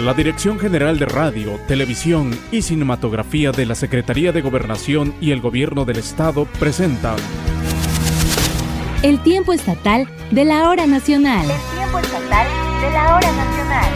La Dirección General de Radio, Televisión y Cinematografía de la Secretaría de Gobernación y el Gobierno del Estado presentan el tiempo estatal de la hora nacional. El tiempo estatal de la hora nacional.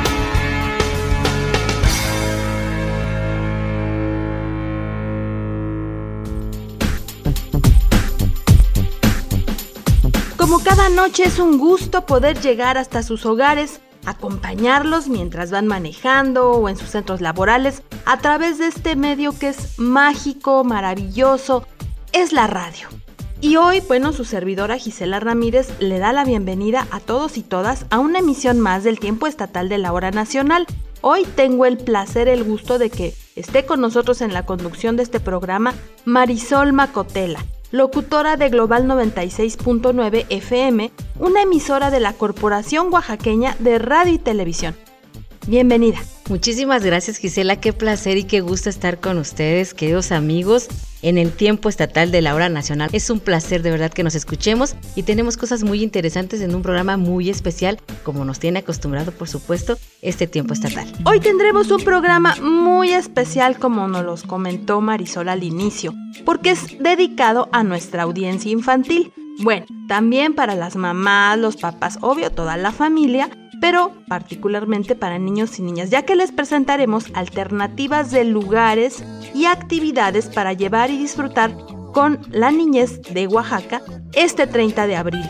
Como cada noche es un gusto poder llegar hasta sus hogares, acompañarlos mientras van manejando o en sus centros laborales a través de este medio que es mágico, maravilloso, es la radio. Y hoy, su servidora Gisela Ramírez le da la bienvenida a todos y todas a una emisión más del tiempo estatal de la hora nacional. Hoy tengo el placer, el gusto de que esté con nosotros en la conducción de este programa Marisol Macotela, locutora de Global 96.9 FM, una emisora de la Corporación Oaxaqueña de Radio y Televisión. Bienvenida. Muchísimas gracias, Gisela, qué placer y qué gusto estar con ustedes, queridos amigos, en el tiempo estatal de la hora nacional. Es un placer de verdad que nos escuchemos y tenemos cosas muy interesantes en un programa muy especial, como nos tiene acostumbrado, por supuesto, este tiempo estatal. Hoy tendremos un programa muy especial, como nos los comentó Marisol al inicio, porque es dedicado a nuestra audiencia infantil. Bueno, también para las mamás, los papás, obvio, toda la familia, pero particularmente para niños y niñas, ya que les presentaremos alternativas de lugares y actividades para llevar y disfrutar con la niñez de Oaxaca este 30 de abril.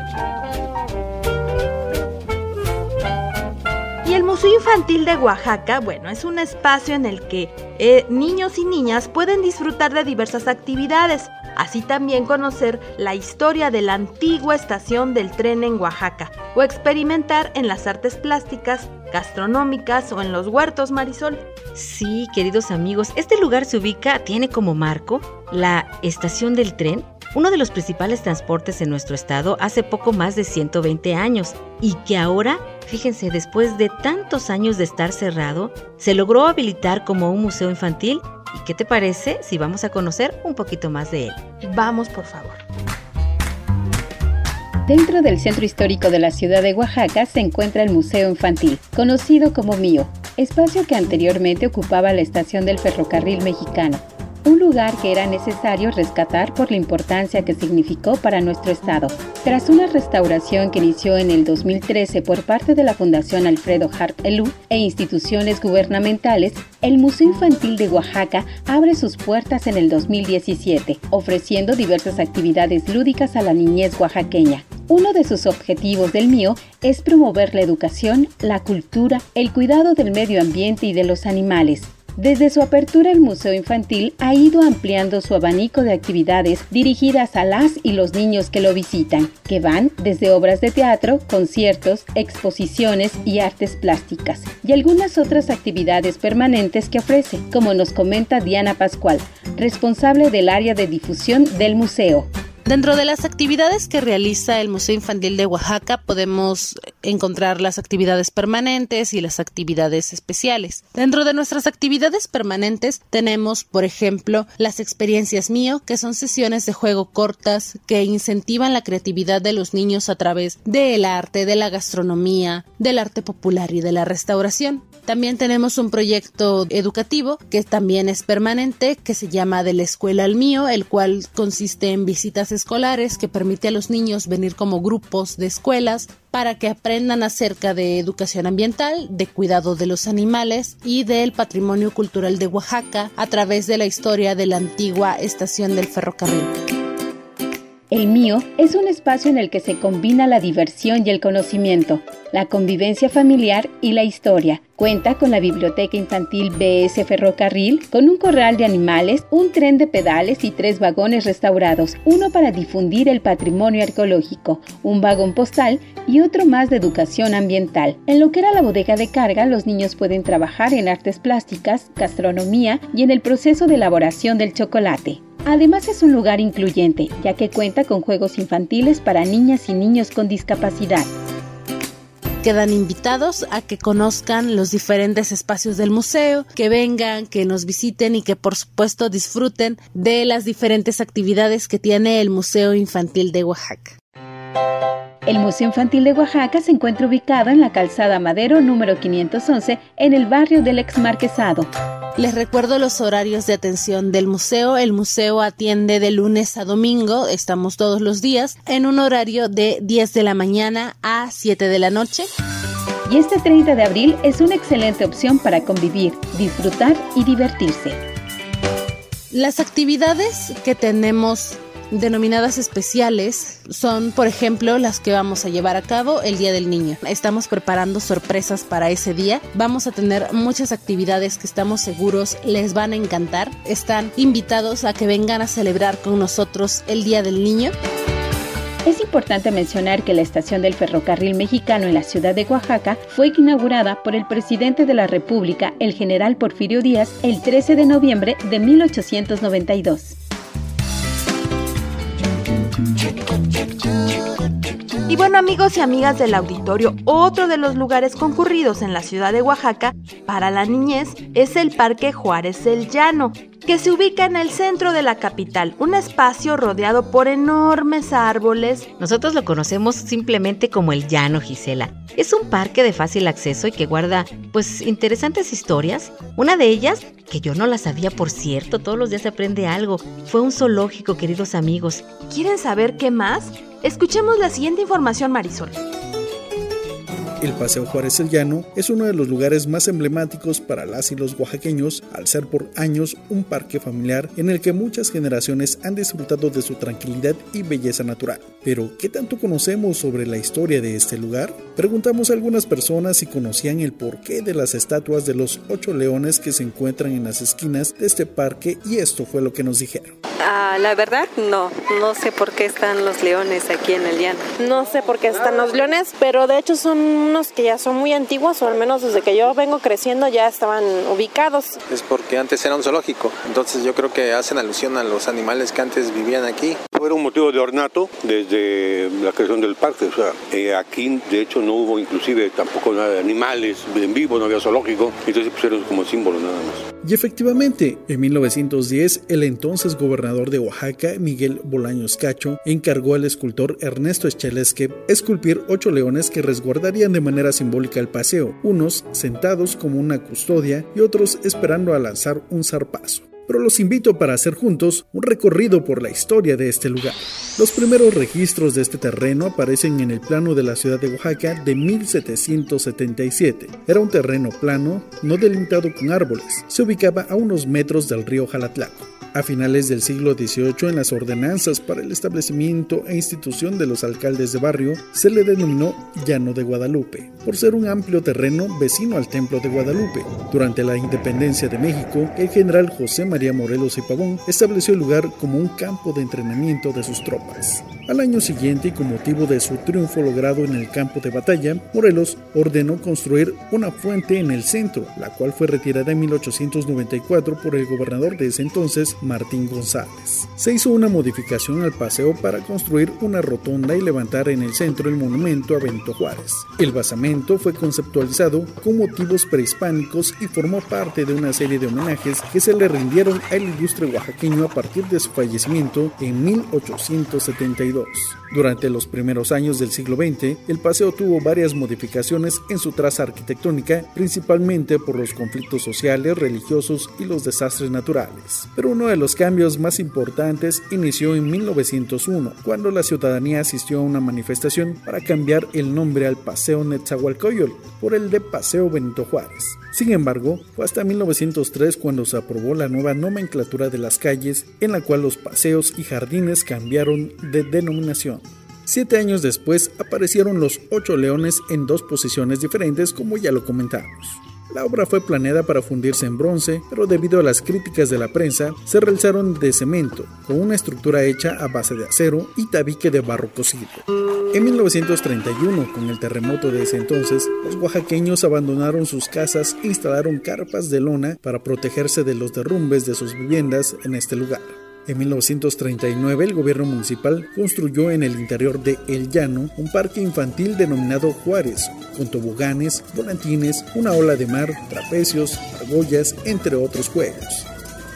Y el Museo Infantil de Oaxaca, es un espacio en el que niños y niñas pueden disfrutar de diversas actividades, así también conocer la historia de la antigua estación del tren en Oaxaca, o experimentar en las artes plásticas, gastronómicas o en los huertos, Marisol. Sí, queridos amigos, este lugar tiene como marco la estación del tren, uno de los principales transportes en nuestro estado hace poco más de 120 años, y que ahora, fíjense, después de tantos años de estar cerrado, se logró habilitar como un museo infantil. ¿Y qué te parece si vamos a conocer un poquito más de él? Vamos, por favor. Dentro del centro histórico de la ciudad de Oaxaca se encuentra el Museo Infantil, conocido como MIO, espacio que anteriormente ocupaba la estación del ferrocarril mexicano. Un lugar que era necesario rescatar por la importancia que significó para nuestro estado. Tras una restauración que inició en el 2013 por parte de la Fundación Alfredo Harp Elú e instituciones gubernamentales, el Museo Infantil de Oaxaca abre sus puertas en el 2017, ofreciendo diversas actividades lúdicas a la niñez oaxaqueña. Uno de sus objetivos del MIO es promover la educación, la cultura, el cuidado del medio ambiente y de los animales. Desde su apertura, el Museo Infantil ha ido ampliando su abanico de actividades dirigidas a las y los niños que lo visitan, que van desde obras de teatro, conciertos, exposiciones y artes plásticas, y algunas otras actividades permanentes que ofrece, como nos comenta Diana Pascual, responsable del área de difusión del museo. Dentro de las actividades que realiza el Museo Infantil de Oaxaca podemos encontrar las actividades permanentes y las actividades especiales. Dentro de nuestras actividades permanentes tenemos, por ejemplo, las experiencias MIO, que son sesiones de juego cortas que incentivan la creatividad de los niños a través del arte, de la gastronomía, del arte popular y de la restauración. También tenemos un proyecto educativo que también es permanente, que se llama De la Escuela al Mío, el cual consiste en visitas escolares que permite a los niños venir como grupos de escuelas para que aprendan acerca de educación ambiental, de cuidado de los animales y del patrimonio cultural de Oaxaca a través de la historia de la antigua estación del ferrocarril. El MIO es un espacio en el que se combina la diversión y el conocimiento, la convivencia familiar y la historia. Cuenta con la Biblioteca Infantil BS Ferrocarril, con un corral de animales, un tren de pedales y 3 vagones restaurados, uno para difundir el patrimonio arqueológico, un vagón postal y otro más de educación ambiental. En lo que era la bodega de carga, los niños pueden trabajar en artes plásticas, gastronomía y en el proceso de elaboración del chocolate. Además es un lugar incluyente, ya que cuenta con juegos infantiles para niñas y niños con discapacidad. Quedan invitados a que conozcan los diferentes espacios del museo, que vengan, que nos visiten y que por supuesto disfruten de las diferentes actividades que tiene el Museo Infantil de Oaxaca. El Museo Infantil de Oaxaca se encuentra ubicado en la calzada Madero número 511 en el barrio del Exmarquesado. Les recuerdo los horarios de atención del museo. El museo atiende de lunes a domingo, estamos todos los días, en un horario de 10 de la mañana a 7 de la noche. Y este 30 de abril es una excelente opción para convivir, disfrutar y divertirse. Las actividades que tenemos denominadas especiales son, por ejemplo, las que vamos a llevar a cabo el Día del Niño. Estamos preparando sorpresas para ese día. Vamos a tener muchas actividades que estamos seguros les van a encantar. Están invitados a que vengan a celebrar con nosotros el Día del Niño. Es importante mencionar que la estación del ferrocarril mexicano en la ciudad de Oaxaca fue inaugurada por el presidente de la República, el general Porfirio Díaz, el 13 de noviembre de 1892. Y bueno, amigos y amigas del auditorio, otro de los lugares concurridos en la ciudad de Oaxaca para la niñez es el Parque Juárez el Llano, que se ubica en el centro de la capital, un espacio rodeado por enormes árboles. Nosotros lo conocemos simplemente como el Llano, Gisela. Es un parque de fácil acceso y que guarda, interesantes historias. Una de ellas, que yo no la sabía, por cierto, todos los días se aprende algo, fue un zoológico, queridos amigos. ¿Quieren saber qué más? Escuchemos la siguiente información, Marisol. El Paseo Juárez el Llano es uno de los lugares más emblemáticos para las y los oaxaqueños, al ser por años un parque familiar en el que muchas generaciones han disfrutado de su tranquilidad y belleza natural. Pero, ¿qué tanto conocemos sobre la historia de este lugar? Preguntamos a algunas personas si conocían el porqué de las estatuas de los 8 leones que se encuentran en las esquinas de este parque, y esto fue lo que nos dijeron. La verdad, no sé por qué están los leones aquí en el llano. No sé por qué están los leones, pero de hecho son unos que ya son muy antiguos, o al menos desde que yo vengo creciendo ya estaban ubicados. Es porque antes era un zoológico, entonces yo creo que hacen alusión a los animales que antes vivían aquí. Fue un motivo de ornato desde la creación del parque, o sea, aquí de hecho no hubo inclusive tampoco nada de animales en vivo, no había zoológico, entonces pusieron como símbolo nada más. Y efectivamente, en 1910, el entonces gobernador de Oaxaca, Miguel Bolaños Cacho, encargó al escultor Ernesto Echeleske esculpir 8 leones que resguardarían de manera simbólica el paseo, unos sentados como una custodia y otros esperando a lanzar un zarpazo. Pero los invito para hacer juntos un recorrido por la historia de este lugar. Los primeros registros de este terreno aparecen en el plano de la ciudad de Oaxaca de 1777. Era un terreno plano, no delimitado con árboles. Se ubicaba a unos metros del río Jalatlaco. A finales del siglo XVIII, en las ordenanzas para el establecimiento e institución de los alcaldes de barrio, se le denominó Llano de Guadalupe, por ser un amplio terreno vecino al Templo de Guadalupe. Durante la independencia de México, el general José María Morelos y Pavón estableció el lugar como un campo de entrenamiento de sus tropas. Al año siguiente, y con motivo de su triunfo logrado en el campo de batalla, Morelos ordenó construir una fuente en el centro, la cual fue retirada en 1894 por el gobernador de ese entonces, Martín González. Se hizo una modificación al paseo para construir una rotonda y levantar en el centro el monumento a Benito Juárez. El basamento fue conceptualizado con motivos prehispánicos y formó parte de una serie de homenajes que se le rindieron al ilustre oaxaqueño a partir de su fallecimiento en 1872. Durante los primeros años del siglo XX, el paseo tuvo varias modificaciones en su traza arquitectónica, principalmente por los conflictos sociales, religiosos y los desastres naturales. Pero uno de los cambios más importantes inició en 1901, cuando la ciudadanía asistió a una manifestación para cambiar el nombre al Paseo Netzahualcóyotl por el de Paseo Benito Juárez. Sin embargo, fue hasta 1903 cuando se aprobó la nueva nomenclatura de las calles, en la cual los paseos y jardines cambiaron de denominación. 7 años después aparecieron los 8 leones en 2 posiciones diferentes, como ya lo comentamos. La obra fue planeada para fundirse en bronce, pero debido a las críticas de la prensa, se realizaron de cemento, con una estructura hecha a base de acero y tabique de barro cocido. En 1931, con el terremoto de ese entonces, los oaxaqueños abandonaron sus casas e instalaron carpas de lona para protegerse de los derrumbes de sus viviendas en este lugar. En 1939, el gobierno municipal construyó en el interior de El Llano un parque infantil denominado Juárez, con toboganes, volantines, una ola de mar, trapecios, argollas, entre otros juegos.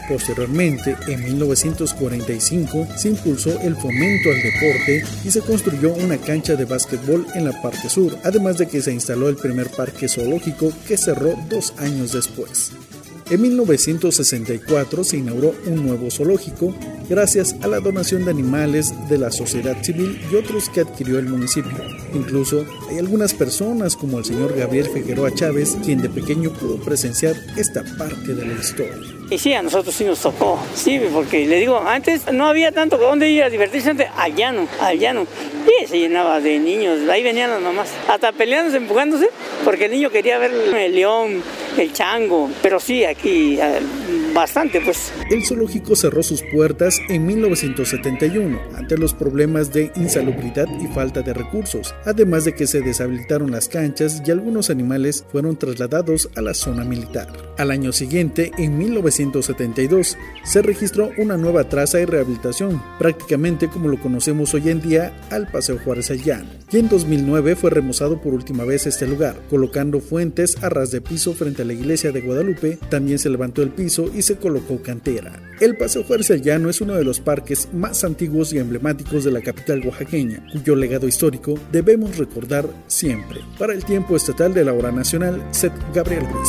Posteriormente, en 1945, se impulsó el fomento al deporte y se construyó una cancha de básquetbol en la parte sur, además de que se instaló el primer parque zoológico que cerró 2 años después. En 1964 se inauguró un nuevo zoológico gracias a la donación de animales de la sociedad civil y otros que adquirió el municipio. Incluso hay algunas personas como el señor Gabriel Figueroa Chávez, quien de pequeño pudo presenciar esta parte de la historia. Y sí, a nosotros sí nos tocó, sí, porque le digo, antes no había tanto dónde ir a divertirse, antes al llano, y se llenaba de niños, ahí venían las mamás, hasta peleándose, empujándose, porque el niño quería ver el león, el chango, pero sí, aquí bastante, pues. El zoológico cerró sus puertas en 1971 ante los problemas de insalubridad y falta de recursos, además de que se deshabilitaron las canchas y algunos animales fueron trasladados a la zona militar. Al año siguiente, en 1972, se registró una nueva traza y rehabilitación, prácticamente como lo conocemos hoy en día al Paseo Juárez al Llano. Y en 2009 fue remozado por última vez este lugar, colocando fuentes a ras de piso frente a la iglesia de Guadalupe. También se levantó el piso y se colocó cantera. El Paseo Juárez al Llano es uno de los parques más antiguos y emblemáticos de la capital oaxaqueña, cuyo legado histórico debemos recordar siempre. Para el tiempo estatal de la hora nacional, Seth Gabriel Ruiz.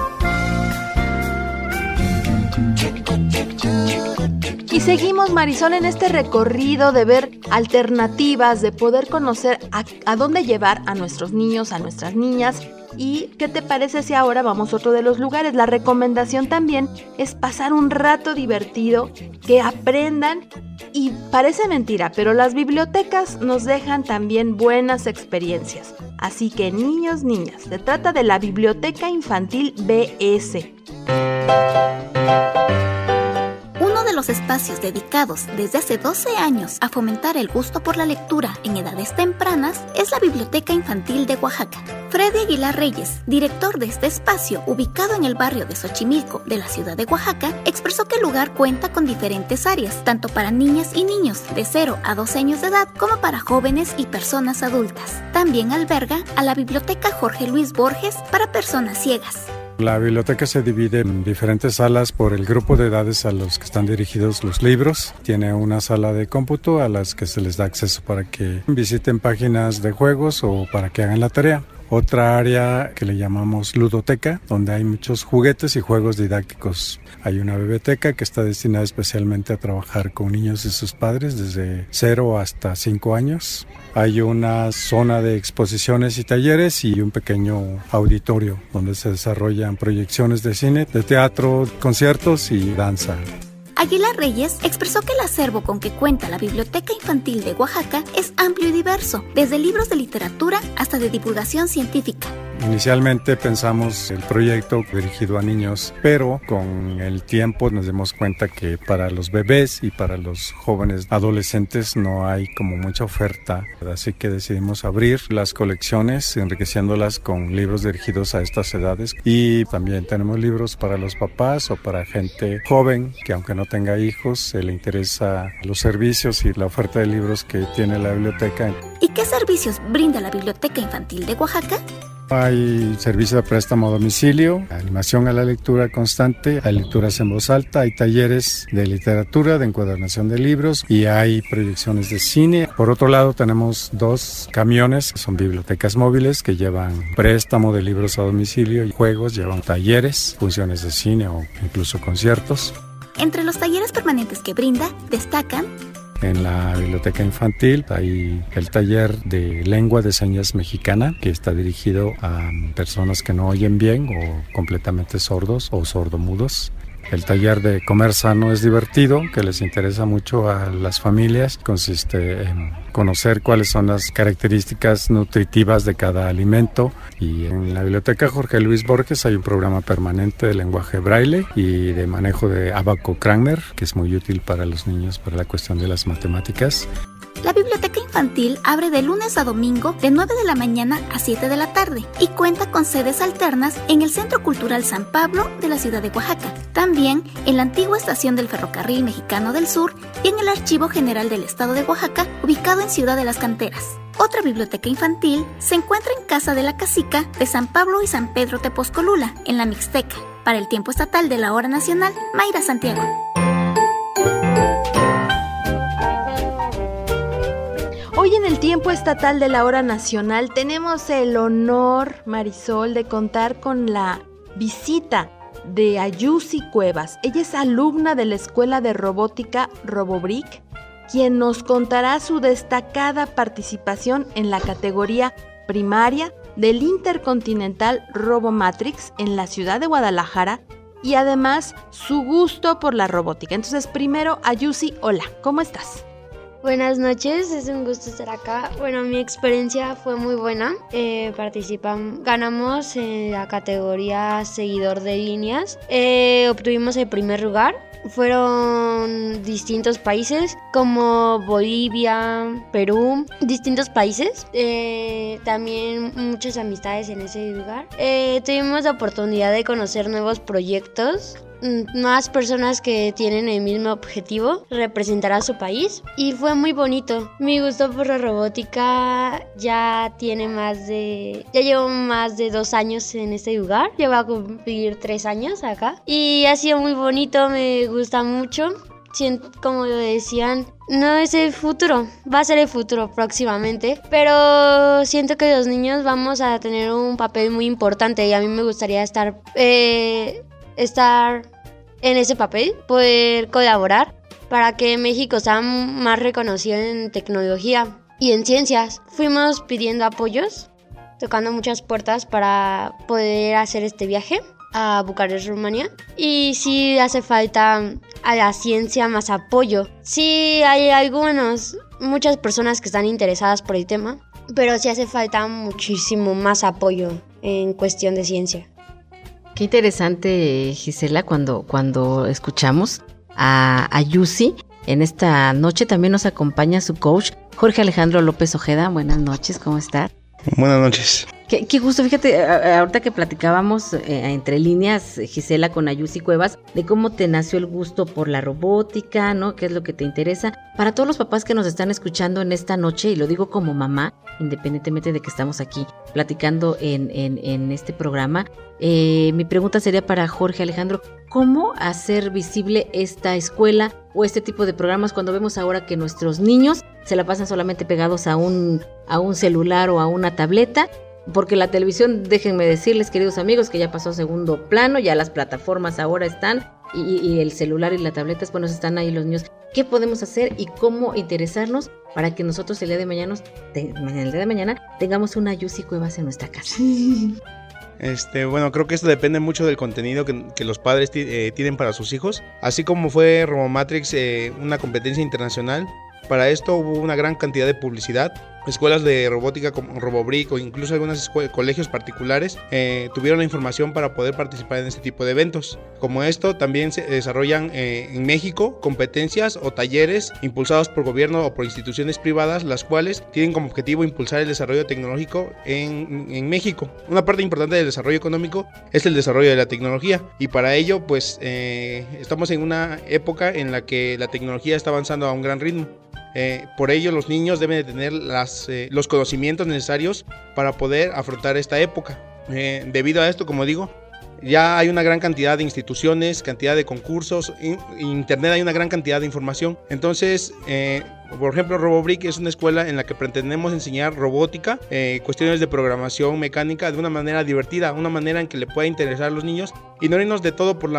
Y seguimos, Marisol, en este recorrido de ver alternativas, de poder conocer a dónde llevar a nuestros niños, a nuestras niñas. ¿Y qué te parece si ahora vamos a otro de los lugares? La recomendación también es pasar un rato divertido, que aprendan, y parece mentira, pero las bibliotecas nos dejan también buenas experiencias. Así que niños, niñas, se trata de la Biblioteca Infantil BS. Uno de los espacios dedicados desde hace 12 años a fomentar el gusto por la lectura en edades tempranas es la Biblioteca Infantil de Oaxaca. Freddy Aguilar Reyes, director de este espacio ubicado en el barrio de Xochimilco de la ciudad de Oaxaca, expresó que el lugar cuenta con diferentes áreas, tanto para niñas y niños de 0 a 12 años de edad como para jóvenes y personas adultas. También alberga a la Biblioteca Jorge Luis Borges para personas ciegas. La biblioteca se divide en diferentes salas por el grupo de edades a los que están dirigidos los libros. Tiene una sala de cómputo a las que se les da acceso para que visiten páginas de juegos o para que hagan la tarea. Otra área que le llamamos ludoteca, donde hay muchos juguetes y juegos didácticos. Hay una biblioteca que está destinada especialmente a trabajar con niños y sus padres desde 0 hasta 5 años. Hay una zona de exposiciones y talleres y un pequeño auditorio donde se desarrollan proyecciones de cine, de teatro, conciertos y danza. Aguilar Reyes expresó que el acervo con que cuenta la Biblioteca Infantil de Oaxaca es amplio y diverso, desde libros de literatura hasta de divulgación científica. Inicialmente pensamos el proyecto dirigido a niños, pero con el tiempo nos dimos cuenta que para los bebés y para los jóvenes adolescentes no hay como mucha oferta, así que decidimos abrir las colecciones, enriqueciéndolas con libros dirigidos a estas edades, y también tenemos libros para los papás o para gente joven que aunque no tenga hijos, se le interesa los servicios y la oferta de libros que tiene la biblioteca. ¿Y qué servicios brinda la Biblioteca Infantil de Oaxaca? Hay servicio de préstamo a domicilio, animación a la lectura constante, hay lecturas en voz alta, hay talleres de literatura, de encuadernación de libros y hay proyecciones de cine. Por otro lado, tenemos 2 camiones, son bibliotecas móviles que llevan préstamo de libros a domicilio y juegos, llevan talleres, funciones de cine o incluso conciertos. Entre los talleres permanentes que brinda, destacan: en la biblioteca infantil hay el taller de lengua de señas mexicana, que está dirigido a personas que no oyen bien o completamente sordos o sordomudos. El taller de comer sano es divertido, que les interesa mucho a las familias. Consiste en conocer cuáles son las características nutritivas de cada alimento. Y en la biblioteca Jorge Luis Borges hay un programa permanente de lenguaje braille y de manejo de ábaco Kramer, que es muy útil para los niños para la cuestión de las matemáticas. La biblioteca infantil abre de lunes a domingo de 9 de la mañana a 7 de la tarde y cuenta con sedes alternas en el Centro Cultural San Pablo de la ciudad de Oaxaca, también en la antigua estación del Ferrocarril Mexicano del Sur y en el Archivo General del Estado de Oaxaca, ubicado en Ciudad de las Canteras. Otra biblioteca infantil se encuentra en Casa de la Casica de San Pablo y San Pedro Tepozcolula, en la Mixteca. Para el tiempo estatal de la hora nacional, Mayra Santiago. Hoy en el tiempo estatal de la hora nacional tenemos el honor, Marisol, de contar con la visita de Ayusi Cuevas. Ella es alumna de la Escuela de Robótica RoboBrick, quien nos contará su destacada participación en la categoría primaria del Intercontinental RoboMatrix en la ciudad de Guadalajara y además su gusto por la robótica. Entonces, primero, Ayusi, hola, ¿cómo estás? Buenas noches, es un gusto estar acá. Bueno, mi experiencia fue muy buena. Ganamos en la categoría seguidor de líneas. Obtuvimos el primer lugar. Fueron distintos países como Bolivia, Perú, distintos países. También muchas amistades en ese lugar. Tuvimos la oportunidad de conocer nuevos proyectos, más personas que tienen el mismo objetivo, representar a su país, y fue muy bonito. Mi gusto por la robótica ya llevo más de 2 años en este lugar, ya voy a cumplir 3 años acá y ha sido muy bonito, me gusta mucho. Como lo decían, no es el futuro, va a ser el futuro próximamente, pero siento que los niños vamos a tener un papel muy importante y a mí me gustaría estar en ese papel, poder colaborar para que México sea más reconocido en tecnología y en ciencias. Fuimos pidiendo apoyos, tocando muchas puertas para poder hacer este viaje a Bucarest, Rumania, y sí hace falta a la ciencia más apoyo. Sí hay muchas personas que están interesadas por el tema, pero sí hace falta muchísimo más apoyo en cuestión de ciencia. Qué interesante, Gisela, cuando escuchamos a Ayusi. En esta noche también nos acompaña su coach, Jorge Alejandro López Ojeda. Buenas noches, ¿cómo estás? Buenas noches. Qué gusto, fíjate, ahorita que platicábamos entre líneas, Gisela, con Ayusi Cuevas, de cómo te nació el gusto por la robótica, ¿no? ¿Qué es lo que te interesa? Para todos los papás que nos están escuchando en esta noche, y lo digo como mamá, independientemente de que estamos aquí platicando en este programa, mi pregunta sería para Jorge Alejandro: ¿cómo hacer visible esta escuela o este tipo de programas cuando vemos ahora que nuestros niños se la pasan solamente pegados a un celular o a una tableta? Porque la televisión, déjenme decirles, queridos amigos, que ya pasó a segundo plano, ya las plataformas ahora están, y el celular y las tabletas, bueno, están ahí los niños. ¿Qué podemos hacer y cómo interesarnos para que nosotros el día de mañana tengamos una Ayusi Cuevas en nuestra casa? Bueno, creo que esto depende mucho del contenido que los padres tienen para sus hijos. Así como fue RoboMatrix una competencia internacional, para esto hubo una gran cantidad de publicidad. Escuelas de robótica como RoboBrick o incluso algunos colegios particulares tuvieron la información para poder participar en este tipo de eventos. Como esto, también se desarrollan en México competencias o talleres impulsados por gobierno o por instituciones privadas, las cuales tienen como objetivo impulsar el desarrollo tecnológico en México. Una parte importante del desarrollo económico es el desarrollo de la tecnología, y para ello pues estamos en una época en la que la tecnología está avanzando a un gran ritmo. Por ello los niños deben de tener los conocimientos necesarios para poder afrontar esta época. Debido a esto, como digo, ya hay una gran cantidad de instituciones, cantidad de concursos, en internet hay una gran cantidad de información. Entonces, por ejemplo, RoboBrick es una escuela en la que pretendemos enseñar robótica, cuestiones de programación mecánica de una manera divertida, una manera en que le pueda interesar a los niños y no irnos de todo por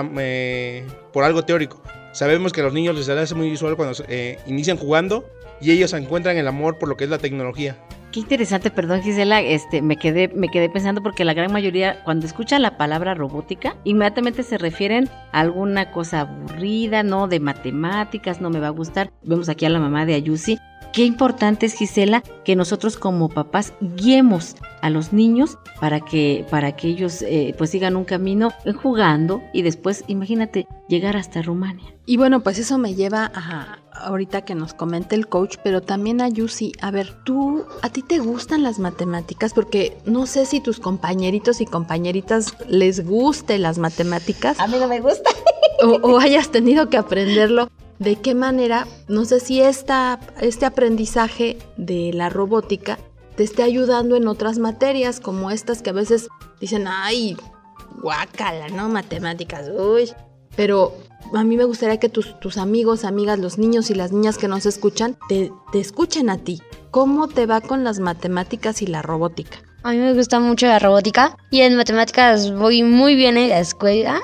algo teórico. Sabemos que a los niños les hace muy visual cuando inician jugando y ellos encuentran el amor por lo que es la tecnología. Qué interesante, perdón, Gisela, me quedé pensando porque la gran mayoría cuando escucha la palabra robótica inmediatamente se refieren a alguna cosa aburrida, no, de matemáticas, no me va a gustar. Vemos aquí a la mamá de Ayusi. Qué importante es, Gisela, que nosotros como papás guiemos a los niños para que ellos pues sigan un camino jugando y después, imagínate, llegar hasta Rumania. Y bueno, pues eso me lleva a ahorita que nos comente el coach, pero también a Ayusi. A ver, ¿a ti te gustan las matemáticas? Porque no sé si tus compañeritos y compañeritas les guste las matemáticas. A mí no me gusta. o hayas tenido que aprenderlo. ¿De qué manera? No sé si este aprendizaje de la robótica te esté ayudando en otras materias como estas que a veces dicen, ay, guácala, ¿no? Matemáticas, uy. Pero a mí me gustaría que tus amigos, amigas, los niños y las niñas que nos escuchan, te escuchen a ti. ¿Cómo te va con las matemáticas y la robótica? A mí me gusta mucho la robótica y en matemáticas voy muy bien en la escuela.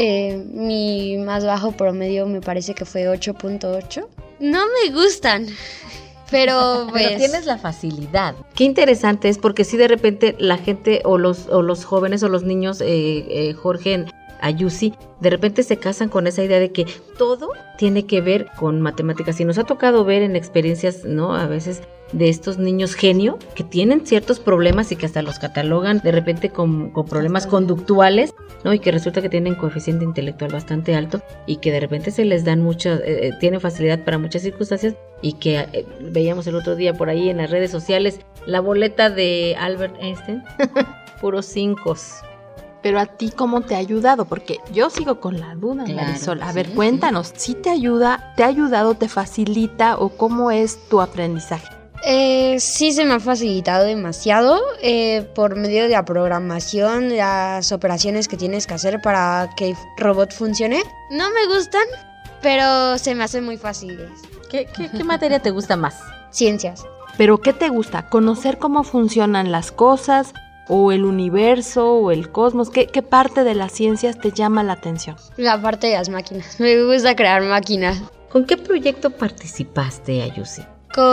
Mi más bajo promedio me parece que fue 8.8. No me gustan, pero pues... Pero tienes la facilidad. Qué interesante es porque si de repente la gente o los jóvenes o los niños, Jorge, Ayusi, de repente se casan con esa idea de que todo tiene que ver con matemáticas. Y nos ha tocado ver en experiencias, ¿no? A veces de estos niños genio que tienen ciertos problemas y que hasta los catalogan de repente con problemas conductuales, ¿no? Y que resulta que tienen coeficiente intelectual bastante alto y que de repente se les dan tienen facilidad para muchas circunstancias y que veíamos el otro día por ahí en las redes sociales la boleta de Albert Einstein, puros 5. Pero a ti, ¿cómo te ha ayudado? Porque yo sigo con la duda, claro, Marisol. A ver, cuéntanos, ¿sí te ayuda, te ha ayudado, te facilita o cómo es tu aprendizaje? Sí, se me ha facilitado demasiado por medio de la programación, las operaciones que tienes que hacer para que el robot funcione. No me gustan, pero se me hacen muy fáciles. ¿Qué materia te gusta más? Ciencias. ¿Pero qué te gusta? ¿Conocer cómo funcionan las cosas o el universo o el cosmos? ¿Qué parte de las ciencias te llama la atención? La parte de las máquinas. Me gusta crear máquinas. ¿Con qué proyecto participaste, Ayusi?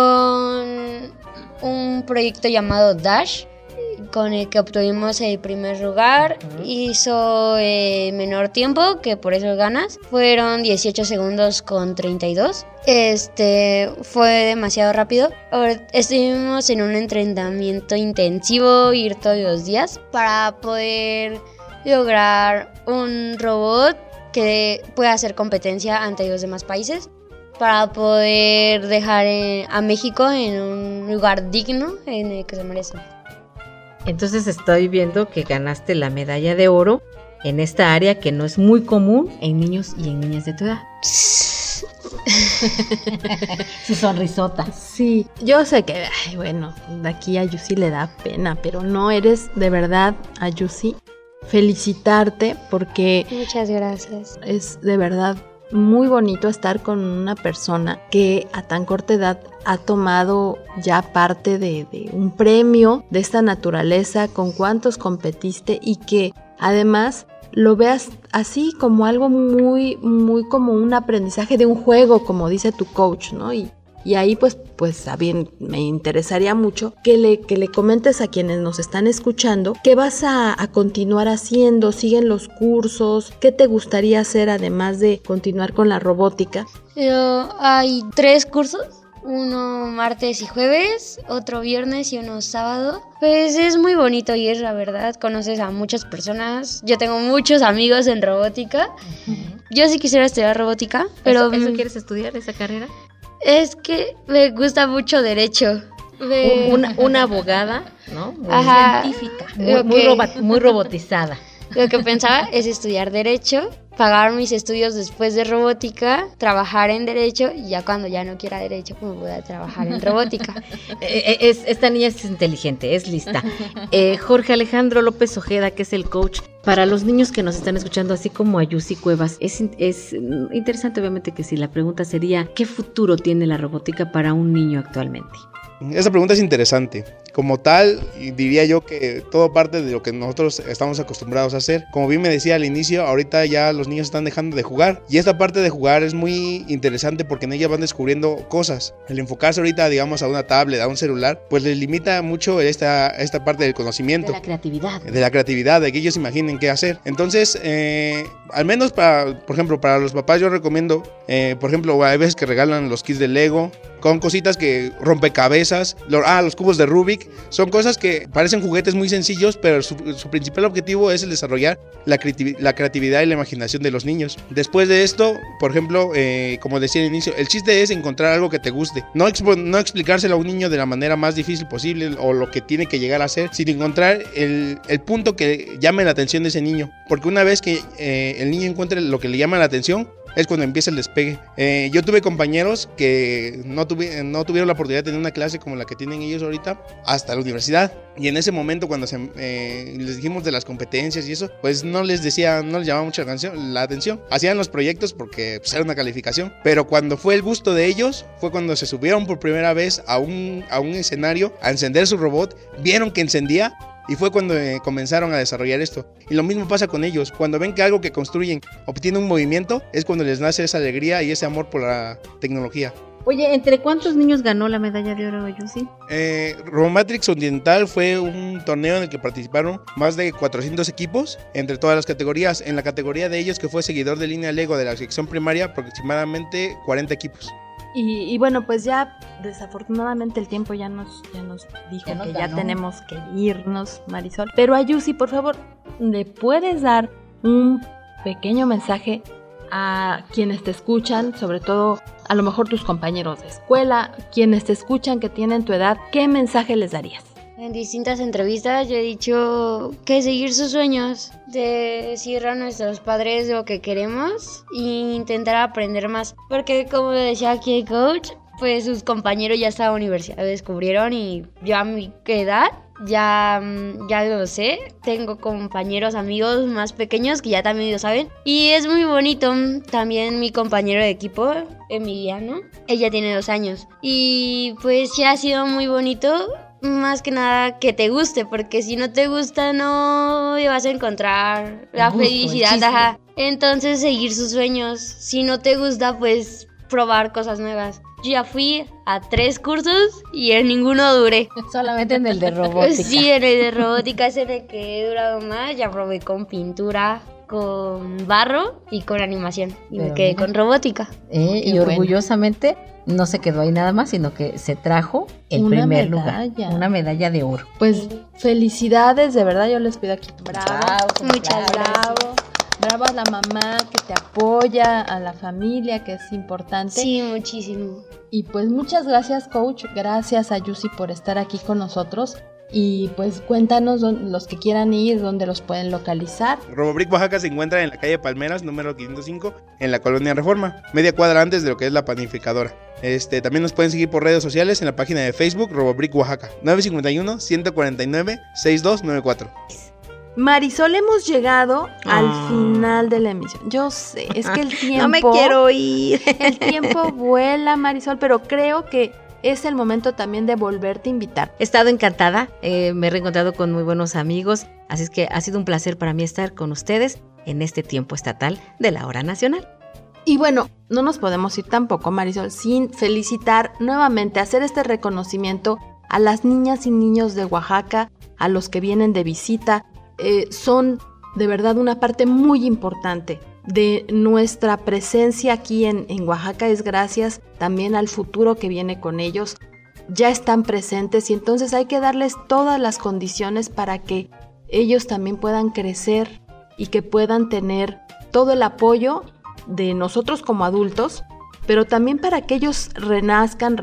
Con un proyecto llamado Dash, con el que obtuvimos el primer lugar. Hizo menor tiempo, que por eso ganas. Fueron 18 segundos con 32. Fue demasiado rápido. Estuvimos en un entrenamiento intensivo, ir todos los días, para poder lograr un robot que pueda hacer competencia ante los demás países, para poder dejar a México en un lugar digno en el que se merece. Entonces estoy viendo que ganaste la medalla de oro en esta área que no es muy común en niños y en niñas de tu edad. Su sonrisota. Sí, yo sé que, bueno, de aquí a Ayusi le da pena, pero no eres de verdad, Ayusi, felicitarte porque... Muchas gracias. Es de verdad muy bonito estar con una persona que a tan corta edad ha tomado ya parte de un premio de esta naturaleza, con cuántos competiste y que además lo veas así como algo muy, muy como un aprendizaje de un juego, como dice tu coach, ¿no? Y ahí pues bien, me interesaría mucho que le comentes a quienes nos están escuchando qué vas a continuar haciendo, siguen los cursos, qué te gustaría hacer además de continuar con la robótica. Hay 3 cursos, uno martes y jueves, otro viernes y uno sábado. Pues es muy bonito y es la verdad, conoces a muchas personas. Yo tengo muchos amigos en robótica. Yo sí quisiera estudiar robótica, pero... ¿Eso quieres estudiar, esa carrera? Es que me gusta mucho derecho. Una abogada, ¿no? Muy científica, muy robotizada. Lo que pensaba es estudiar derecho, pagar mis estudios después de robótica, trabajar en derecho y ya cuando ya no quiera derecho pues voy a trabajar en robótica. Esta niña es inteligente, es lista. Jorge Alejandro López Ojeda, que es el coach para los niños que nos están escuchando, así como Ayusi Cuevas, es interesante obviamente que si la pregunta sería ¿qué futuro tiene la robótica para un niño actualmente? Esa pregunta es interesante. Como tal, diría yo que todo parte de lo que nosotros estamos acostumbrados a hacer. Como bien me decía al inicio, ahorita ya los niños están dejando de jugar. Y esta parte de jugar es muy interesante porque en ella van descubriendo cosas. El enfocarse ahorita, digamos, a una tablet, a un celular, pues les limita mucho esta parte del conocimiento. De la creatividad. De la creatividad, de que ellos imaginen qué hacer. Entonces, al menos por ejemplo, para los papás yo recomiendo, por ejemplo, hay veces que regalan los kits de Lego, con cositas que rompecabezas, los cubos de Rubik, son cosas que parecen juguetes muy sencillos, pero su principal objetivo es el desarrollar la creatividad y la imaginación de los niños. Después de esto, por ejemplo, como decía al inicio, el chiste es encontrar algo que te guste, no explicárselo a un niño de la manera más difícil posible o lo que tiene que llegar a ser, sino encontrar el punto que llame la atención de ese niño, porque una vez que el niño encuentre lo que le llama la atención, es cuando empieza el despegue. Yo tuve compañeros que no tuvieron la oportunidad de tener una clase como la que tienen ellos ahorita hasta la universidad, y en ese momento cuando les dijimos de las competencias y eso, pues no les llamaba mucho la atención. Hacían los proyectos porque pues, era una calificación, pero cuando fue el gusto de ellos, fue cuando se subieron por primera vez a un escenario a encender su robot, vieron que encendía, y fue cuando comenzaron a desarrollar esto. Y lo mismo pasa con ellos. Cuando ven que algo que construyen obtiene un movimiento, es cuando les nace esa alegría y ese amor por la tecnología. Oye, ¿entre cuántos niños ganó la medalla de oro, Yusi? Robomatrix Occidental fue un torneo en el que participaron más de 400 equipos entre todas las categorías. En la categoría de ellos, que fue seguidor de línea Lego de la sección primaria, aproximadamente 40 equipos. Y bueno, pues ya desafortunadamente el tiempo ya nos dijo que ya tenemos que irnos, Marisol. Pero a Yusi, por favor, ¿le puedes dar un pequeño mensaje a quienes te escuchan, sobre todo a lo mejor tus compañeros de escuela, quienes te escuchan que tienen tu edad? ¿Qué mensaje les darías? En distintas entrevistas yo he dicho que seguir sus sueños, de decir a nuestros padres lo que queremos e intentar aprender más. Porque como decía aquí el coach, pues sus compañeros ya estaban en la universidad, lo descubrieron, y yo a mi edad ya lo sé. Tengo compañeros, amigos más pequeños que ya también lo saben. Y es muy bonito. También mi compañero de equipo, Emiliano, ella tiene 2 años. Y pues ya ha sido muy bonito. Más que nada que te guste, porque si no te gusta no vas a encontrar la felicidad. Ajá. Entonces seguir sus sueños. Si no te gusta, pues probar cosas nuevas. Yo ya fui a 3 cursos y en ninguno duré. Solamente en el de robótica. Sí, en el de robótica es en el que he durado más. Ya probé con pintura, con barro y con animación. Y me quedé con robótica. Y orgullosamente no se quedó ahí nada más, sino que se trajo el primer lugar. Una medalla de oro. Pues felicidades, de verdad, yo les pido aquí. Bravo. Muchas gracias. Bravo a la mamá que te apoya, a la familia, que es importante. Sí, muchísimo. Y pues muchas gracias, coach. Gracias a Yusi por estar aquí con nosotros. Y pues cuéntanos, los que quieran ir, dónde los pueden localizar. Robobrick Oaxaca se encuentra en la calle Palmeras, número 505, en la colonia Reforma, media cuadra antes de lo que es la panificadora. También nos pueden seguir por redes sociales en la página de Facebook Robobrick Oaxaca, 951-149-6294. Marisol, hemos llegado al final de la emisión. Yo sé, es que el tiempo... No me quiero ir. El tiempo vuela, Marisol, pero creo que es el momento también de volverte a invitar. He estado encantada, me he reencontrado con muy buenos amigos, así es que ha sido un placer para mí estar con ustedes en este tiempo estatal de la hora nacional. Y bueno, no nos podemos ir tampoco, Marisol, sin felicitar nuevamente, hacer este reconocimiento a las niñas y niños de Oaxaca, a los que vienen de visita. Son de verdad una parte muy importante de nuestra presencia aquí en Oaxaca. Es gracias también al futuro que viene con ellos. Ya están presentes y entonces hay que darles todas las condiciones para que ellos también puedan crecer y que puedan tener todo el apoyo de nosotros como adultos, pero también para que ellos renazcan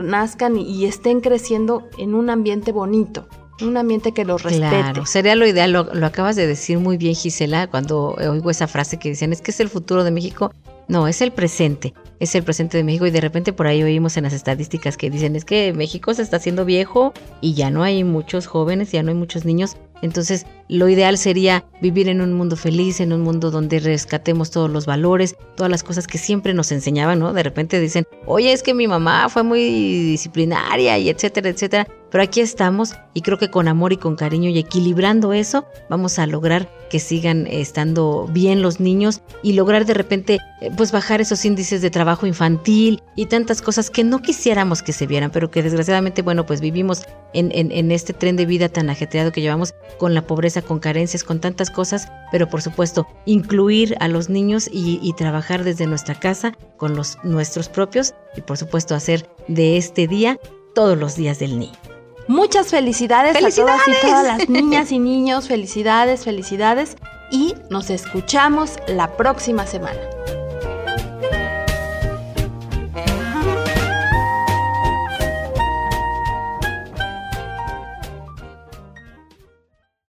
y estén creciendo en un ambiente bonito. Un ambiente que los respete. Claro, sería lo ideal, lo acabas de decir muy bien, Gisela, cuando oigo esa frase que dicen, es que es el futuro de México. No, es el presente de México, y de repente por ahí oímos en las estadísticas que dicen, es que México se está haciendo viejo y ya no hay muchos jóvenes, ya no hay muchos niños. Entonces, lo ideal sería vivir en un mundo feliz, en un mundo donde rescatemos todos los valores, todas las cosas que siempre nos enseñaban, ¿no? De repente dicen, oye, es que mi mamá fue muy disciplinaria y etcétera, etcétera. Pero aquí estamos y creo que con amor y con cariño y equilibrando eso, vamos a lograr que sigan estando bien los niños y lograr de repente pues bajar esos índices de trabajo infantil y tantas cosas que no quisiéramos que se vieran, pero que desgraciadamente, bueno, pues vivimos en este tren de vida tan ajetreado que llevamos, con la pobreza, con carencias, con tantas cosas, pero por supuesto incluir a los niños y trabajar desde nuestra casa con nuestros propios, y por supuesto hacer de este día todos los días del niño. Muchas felicidades a todas y todas las niñas y niños. Felicidades y nos escuchamos la próxima semana.